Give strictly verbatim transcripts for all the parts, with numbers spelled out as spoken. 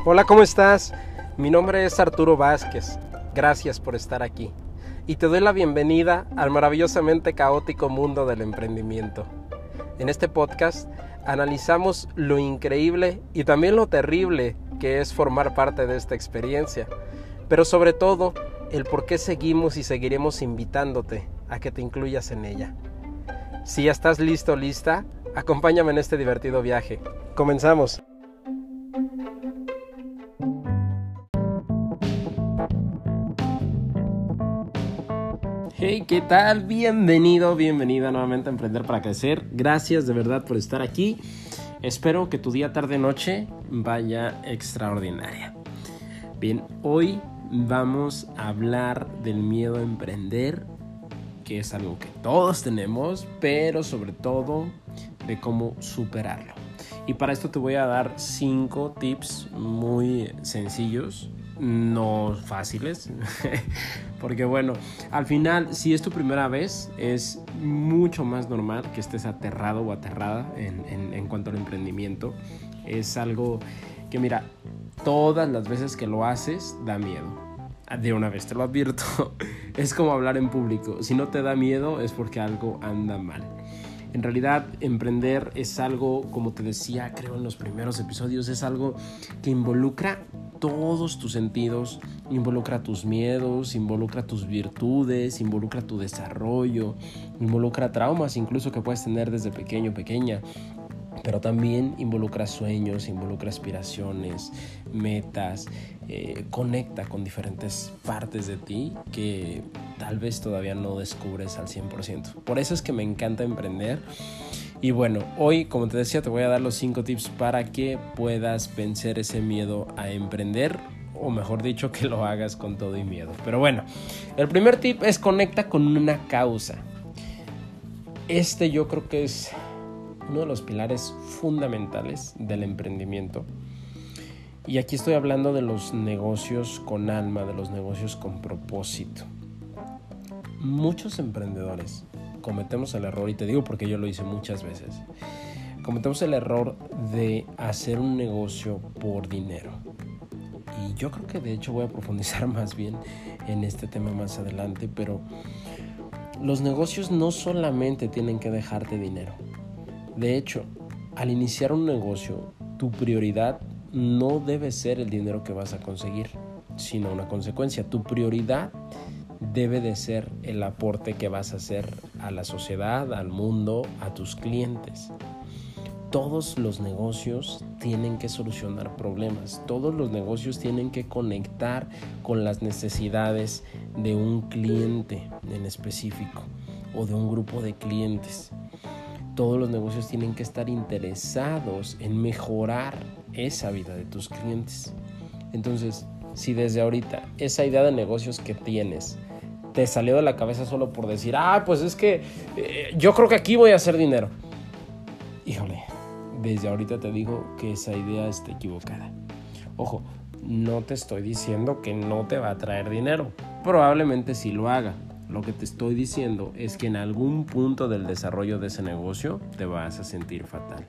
Hola, ¿cómo estás? Mi nombre es Arturo Vázquez. Gracias por estar aquí. Y te doy la bienvenida al maravillosamente caótico mundo del emprendimiento. En este podcast analizamos lo increíble y también lo terrible que es formar parte de esta experiencia, pero sobre todo el por qué seguimos y seguiremos invitándote a que te incluyas en ella. Si ya estás listo o lista, acompáñame en este divertido viaje. Comenzamos. Hey, ¿qué tal? Bienvenido, bienvenida nuevamente a Emprender para Crecer. Gracias de verdad por estar aquí. Espero que tu día, tarde, noche vaya extraordinaria. Bien, hoy vamos a hablar del miedo a emprender, que es algo que todos tenemos, pero sobre todo de cómo superarlo. Y para esto te voy a dar cinco tips muy sencillos, no fáciles, porque bueno, al final, si es tu primera vez, es mucho más normal que estés aterrado o aterrada en, en, en cuanto al emprendimiento. Es algo que, mira, todas las veces que lo haces, da miedo. De una vez te lo advierto, es como hablar en público. Si no te da miedo, es porque algo anda mal. En realidad, emprender es algo, como te decía, creo en los primeros episodios, es algo que involucra todos tus sentidos, involucra tus miedos, involucra tus virtudes, involucra tu desarrollo, involucra traumas incluso que puedes tener desde pequeño o pequeña, pero también involucra sueños, involucra aspiraciones, metas, eh, conecta con diferentes partes de ti que tal vez todavía no descubres al cien por ciento. Por eso es que me encanta emprender. Y bueno, hoy, como te decía, te voy a dar los cinco tips para que puedas vencer ese miedo a emprender, o mejor dicho, que lo hagas con todo y miedo. Pero bueno, el primer tip es conecta con una causa. Este yo creo que es uno de los pilares fundamentales del emprendimiento. Y aquí estoy hablando de los negocios con alma, de los negocios con propósito. Muchos emprendedores cometemos el error, y te digo porque yo lo hice muchas veces, cometemos el error de hacer un negocio por dinero. Y yo creo que de hecho voy a profundizar más bien en este tema más adelante, pero los negocios no solamente tienen que dejarte dinero. De hecho, al iniciar un negocio, tu prioridad no debe ser el dinero que vas a conseguir, sino una consecuencia. Tu prioridad debe de ser el aporte que vas a hacer a la sociedad, al mundo, a tus clientes. Todos los negocios tienen que solucionar problemas. Todos los negocios tienen que conectar con las necesidades de un cliente en específico o de un grupo de clientes. Todos los negocios tienen que estar interesados en mejorar esa vida de tus clientes. Entonces, si desde ahorita esa idea de negocios que tienes te salió de la cabeza solo por decir, ah, pues es que eh, yo creo que aquí voy a hacer dinero. Híjole, desde ahorita te digo que esa idea está equivocada. Ojo, no te estoy diciendo que no te va a traer dinero. Probablemente sí lo haga. Lo que te estoy diciendo es que en algún punto del desarrollo de ese negocio te vas a sentir fatal.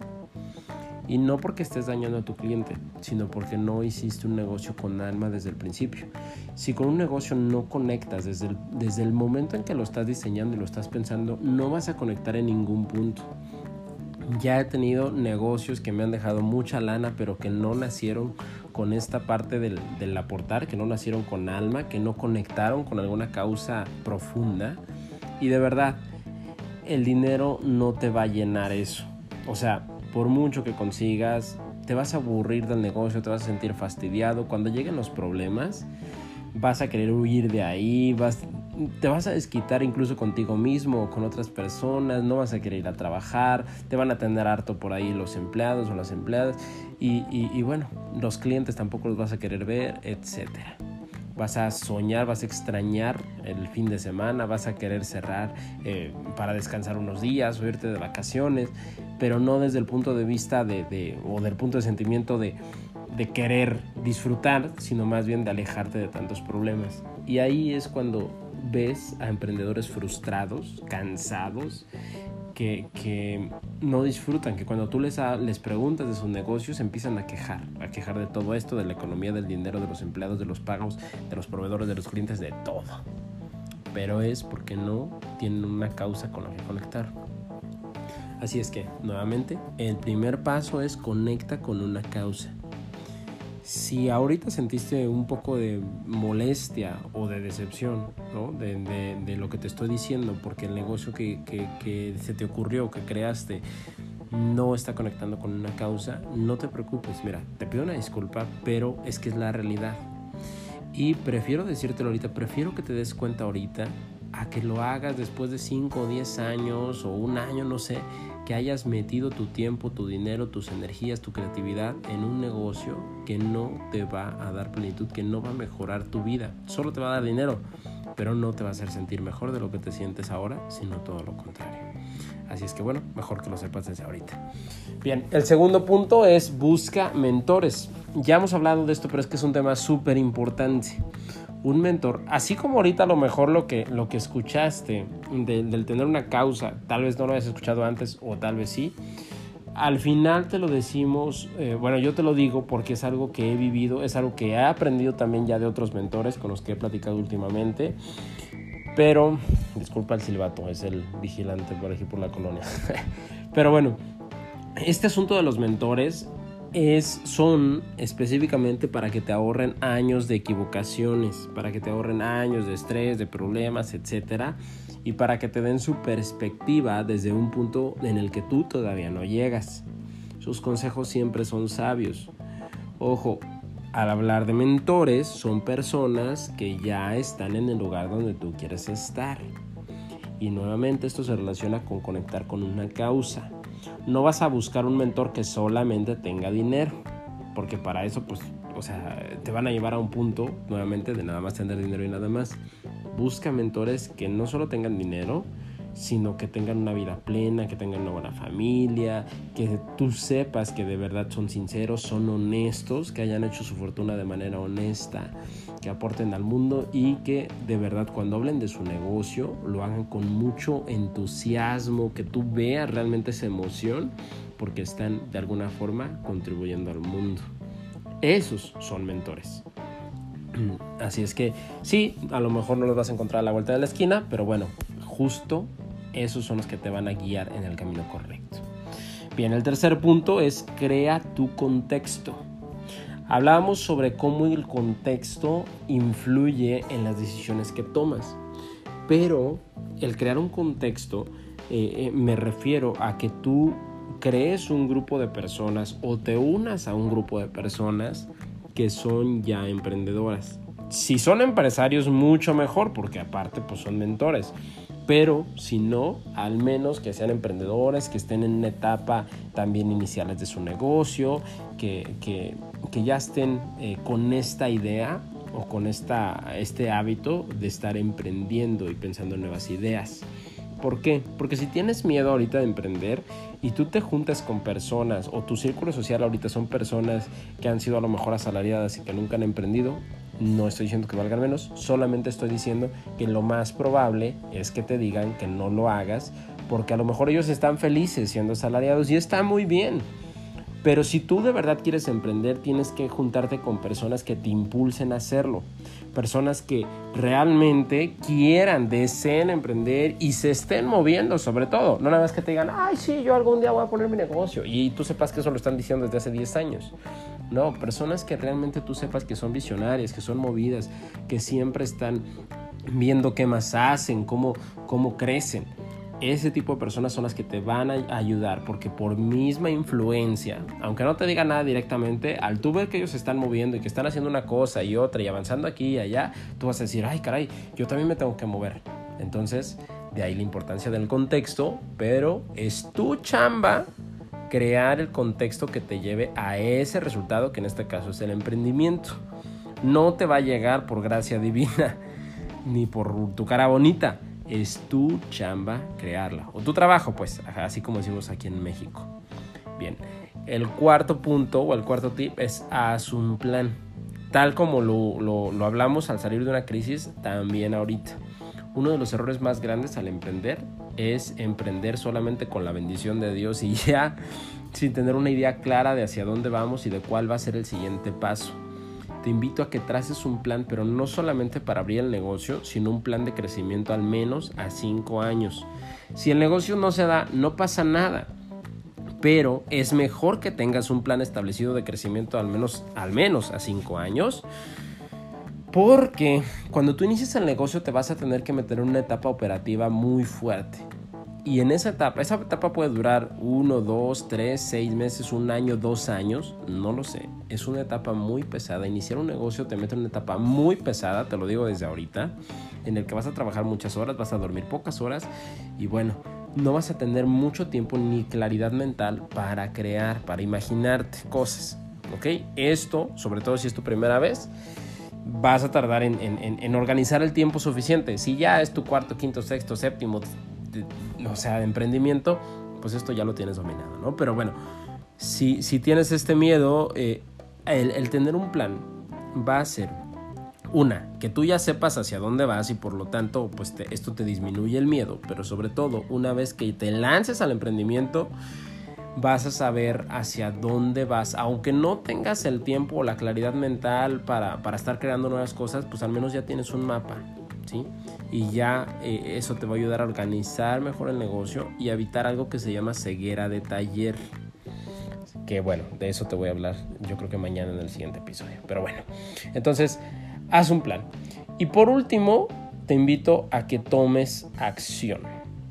Y no porque estés dañando a tu cliente, sino porque no hiciste un negocio con alma desde el principio. Si con un negocio no conectas desde el, desde el momento en que lo estás diseñando y lo estás pensando, no vas a conectar en ningún punto. Ya he tenido negocios que me han dejado mucha lana, pero que no nacieron con esta parte del, del aportar, que no nacieron con alma, que no conectaron con alguna causa profunda. Y de verdad, el dinero no te va a llenar eso. O sea, por mucho que consigas, te vas a aburrir del negocio, te vas a sentir fastidiado. Cuando lleguen los problemas, vas a querer huir de ahí, vas, te vas a desquitar incluso contigo mismo o con otras personas, no vas a querer ir a trabajar, te van a tener harto por ahí los empleados o las empleadas y, y, y bueno, los clientes tampoco los vas a querer ver, etcétera. Vas a soñar, vas a extrañar el fin de semana, vas a querer cerrar eh, para descansar unos días o irte de vacaciones, pero no desde el punto de vista de, de o del punto de sentimiento de, de querer disfrutar, sino más bien de alejarte de tantos problemas. Y ahí es cuando ves a emprendedores frustrados, cansados, que, que no disfrutan, que cuando tú les, a, les preguntas de sus negocios empiezan a quejar, a quejar de todo esto, de la economía, del dinero, de los empleados, de los pagos, de los proveedores, de los clientes, de todo. Pero es porque no tienen una causa con la que conectar. Así es que, nuevamente, el primer paso es conecta con una causa. Si ahorita sentiste un poco de molestia o de decepción, ¿no? de, de, de lo que te estoy diciendo, porque el negocio que, que, que se te ocurrió, que creaste, no está conectando con una causa, no te preocupes. Mira, te pido una disculpa, pero es que es la realidad. Y prefiero decírtelo ahorita, prefiero que te des cuenta ahorita a que lo hagas después de cinco o diez años o un año, no sé, que hayas metido tu tiempo, tu dinero, tus energías, tu creatividad en un negocio que no te va a dar plenitud, que no va a mejorar tu vida. Solo te va a dar dinero, pero no te va a hacer sentir mejor de lo que te sientes ahora, sino todo lo contrario. Así es que bueno, mejor que lo sepas desde ahorita. Bien, el segundo punto es busca mentores. Ya hemos hablado de esto, pero es que es un tema súper importante. Un mentor, así como ahorita a lo mejor lo que, lo que escuchaste de, del tener una causa, tal vez no lo hayas escuchado antes o tal vez sí, al final te lo decimos, eh, bueno, yo te lo digo porque es algo que he vivido, es algo que he aprendido también ya de otros mentores con los que he platicado últimamente, pero, disculpa el silbato, es el vigilante por aquí por la colonia, pero bueno, este asunto de los mentores Es, son específicamente para que te ahorren años de equivocaciones, para que te ahorren años de estrés, de problemas, etcétera, y para que te den su perspectiva desde un punto en el que tú todavía no llegas. Sus consejos siempre son sabios. Ojo, al hablar de mentores, son personas que ya están en el lugar donde tú quieres estar. Y nuevamente esto se relaciona con conectar con una causa. No vas a buscar un mentor que solamente tenga dinero, porque para eso, pues, o sea, te van a llevar a un punto, nuevamente, de nada más tener dinero y nada más. Busca mentores que no solo tengan dinero, sino que tengan una vida plena, que tengan una buena familia, que tú sepas que de verdad son sinceros, son honestos, que hayan hecho su fortuna de manera honesta, que aporten al mundo y que de verdad cuando hablen de su negocio lo hagan con mucho entusiasmo, que tú veas realmente esa emoción porque están de alguna forma contribuyendo al mundo. Esos son mentores. Así es que sí, a lo mejor no los vas a encontrar a la vuelta de la esquina, pero bueno, justo esos son los que te van a guiar en el camino correcto. Bien, el tercer punto es crea tu contexto. Hablábamos sobre cómo el contexto influye en las decisiones que tomas, pero el crear un contexto eh, eh, me refiero a que tú crees un grupo de personas o te unas a un grupo de personas que son ya emprendedoras. Si son empresarios, mucho mejor, porque aparte pues son mentores. Pero si no, al menos que sean emprendedores, que estén en una etapa también iniciales de su negocio, que, que, que ya estén eh, con esta idea o con esta, este hábito de estar emprendiendo y pensando en nuevas ideas. ¿Por qué? Porque si tienes miedo ahorita de emprender y tú te juntas con personas o tu círculo social ahorita son personas que han sido a lo mejor asalariadas y que nunca han emprendido, no estoy diciendo que valgan menos, solamente estoy diciendo que lo más probable es que te digan que no lo hagas porque a lo mejor ellos están felices siendo asalariados y está muy bien. Pero si tú de verdad quieres emprender, tienes que juntarte con personas que te impulsen a hacerlo. Personas que realmente quieran, deseen emprender y se estén moviendo sobre todo. No nada más que te digan, ay sí, yo algún día voy a poner mi negocio. Y tú sepas que eso lo están diciendo desde hace diez años. No, personas que realmente tú sepas que son visionarias, que son movidas, que siempre están viendo qué más hacen, cómo, cómo crecen. Ese tipo de personas son las que te van a ayudar porque por misma influencia, aunque no te digan nada directamente, al tú ver que ellos se están moviendo y que están haciendo una cosa y otra y avanzando aquí y allá, tú vas a decir, ay caray, yo también me tengo que mover. Entonces, de ahí la importancia del contexto, pero es tu chamba crear el contexto que te lleve a ese resultado, que en este caso es el emprendimiento. No te va a llegar por gracia divina, ni por tu cara bonita. Es tu chamba crearla, o tu trabajo, pues, así como decimos aquí en México. Bien, el cuarto punto o el cuarto tip es haz un plan. Tal como lo, lo, lo hablamos al salir de una crisis, también ahorita. Uno de los errores más grandes al emprender es emprender solamente con la bendición de Dios y ya sin tener una idea clara de hacia dónde vamos y de cuál va a ser el siguiente paso. Te invito a que traces un plan, pero no solamente para abrir el negocio, sino un plan de crecimiento al menos a cinco años. Si el negocio no se da, no pasa nada, pero es mejor que tengas un plan establecido de crecimiento al menos, al menos a cinco años, porque cuando tú inicies el negocio te vas a tener que meter en una etapa operativa muy fuerte. Y en esa etapa, esa etapa puede durar uno, dos, tres, seis meses, un año, dos años, no lo sé. Es una etapa muy pesada. Iniciar un negocio te mete en una etapa muy pesada, te lo digo desde ahorita, en el que vas a trabajar muchas horas, vas a dormir pocas horas y bueno, no vas a tener mucho tiempo ni claridad mental para crear, para imaginarte cosas, ¿ok? Esto, sobre todo si es tu primera vez, vas a tardar en, en, en organizar el tiempo suficiente. Si ya es tu cuarto, quinto, sexto, séptimo, de, o sea, de emprendimiento, pues esto ya lo tienes dominado, ¿no? Pero bueno, si, si tienes este miedo, eh, el, el tener un plan va a ser, una, que tú ya sepas hacia dónde vas y por lo tanto, pues te, esto te disminuye el miedo, pero sobre todo, una vez que te lances al emprendimiento, vas a saber hacia dónde vas. Aunque no tengas el tiempo o la claridad mental para, para estar creando nuevas cosas, pues al menos ya tienes un mapa, ¿sí? Y ya eh, eso te va a ayudar a organizar mejor el negocio y a evitar algo que se llama ceguera de taller. Que bueno, de eso te voy a hablar yo creo que mañana en el siguiente episodio. Pero bueno, entonces haz un plan. Y por último, te invito a que tomes acción.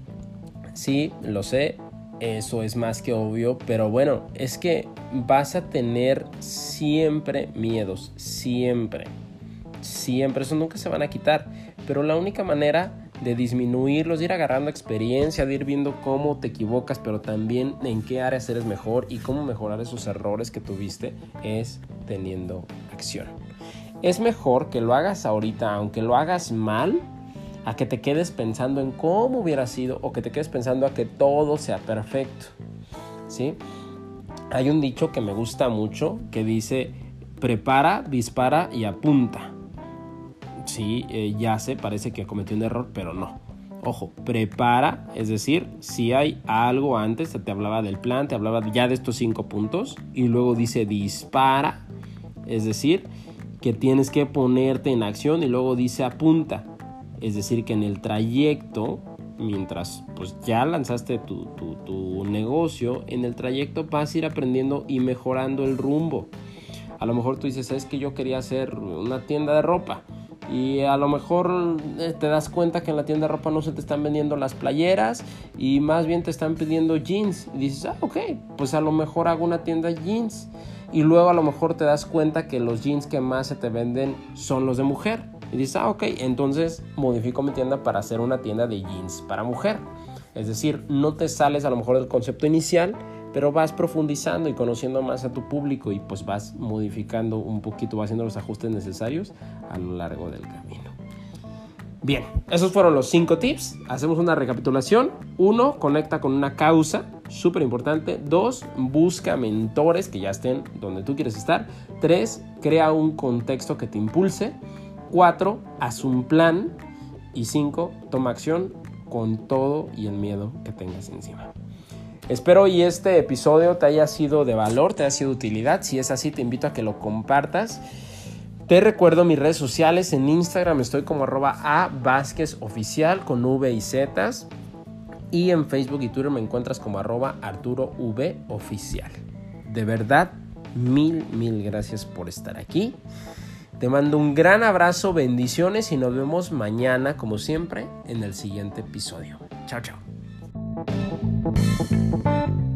Sí, lo sé, eso es más que obvio, pero bueno, es que vas a tener siempre miedos, siempre, siempre, eso nunca se van a quitar, pero la única manera de disminuirlos, de ir agarrando experiencia, de ir viendo cómo te equivocas, pero también en qué áreas eres mejor y cómo mejorar esos errores que tuviste, es teniendo acción. Es mejor que lo hagas ahorita, aunque lo hagas mal, a que te quedes pensando en cómo hubiera sido o que te quedes pensando a que todo sea perfecto, ¿sí? Hay un dicho que me gusta mucho que dice: prepara, dispara y apunta. Sí, eh, ya sé, parece que cometí un error, pero no. Ojo, prepara, es decir, si hay algo antes, te hablaba del plan, te hablaba ya de estos cinco puntos, y luego dice dispara, es decir, que tienes que ponerte en acción, y luego dice apunta, es decir, que en el trayecto, mientras pues ya lanzaste tu, tu, tu negocio, en el trayecto vas a ir aprendiendo y mejorando el rumbo. A lo mejor tú dices, es que yo quería hacer una tienda de ropa, y a lo mejor te das cuenta que en la tienda de ropa no se te están vendiendo las playeras y más bien te están pidiendo jeans, y dices, ah, ok, pues a lo mejor hago una tienda de jeans, y luego a lo mejor te das cuenta que los jeans que más se te venden son los de mujer, y dices, ah, ok, entonces modifico mi tienda para hacer una tienda de jeans para mujer. Es decir, no te sales a lo mejor del concepto inicial, pero vas profundizando y conociendo más a tu público y pues vas modificando un poquito, vas haciendo los ajustes necesarios a lo largo del camino. Bien, esos fueron los cinco tips. Hacemos una recapitulación. Uno, conecta con una causa, súper importante. Dos, busca mentores que ya estén donde tú quieres estar. Tres, crea un contexto que te impulse. Cuatro, haz un plan. Y cinco, toma acción con todo y el miedo que tengas encima. Espero y este episodio te haya sido de valor, te haya sido de utilidad. Si es así, te invito a que lo compartas. Te recuerdo mis redes sociales. En Instagram estoy como arroba a Vázquez Oficial con V y Z. Y en Facebook y Twitter me encuentras como arroba Arturo V Oficial. De verdad, mil, mil gracias por estar aquí. Te mando un gran abrazo, bendiciones y nos vemos mañana, como siempre, en el siguiente episodio. Chao, chao. Thank you.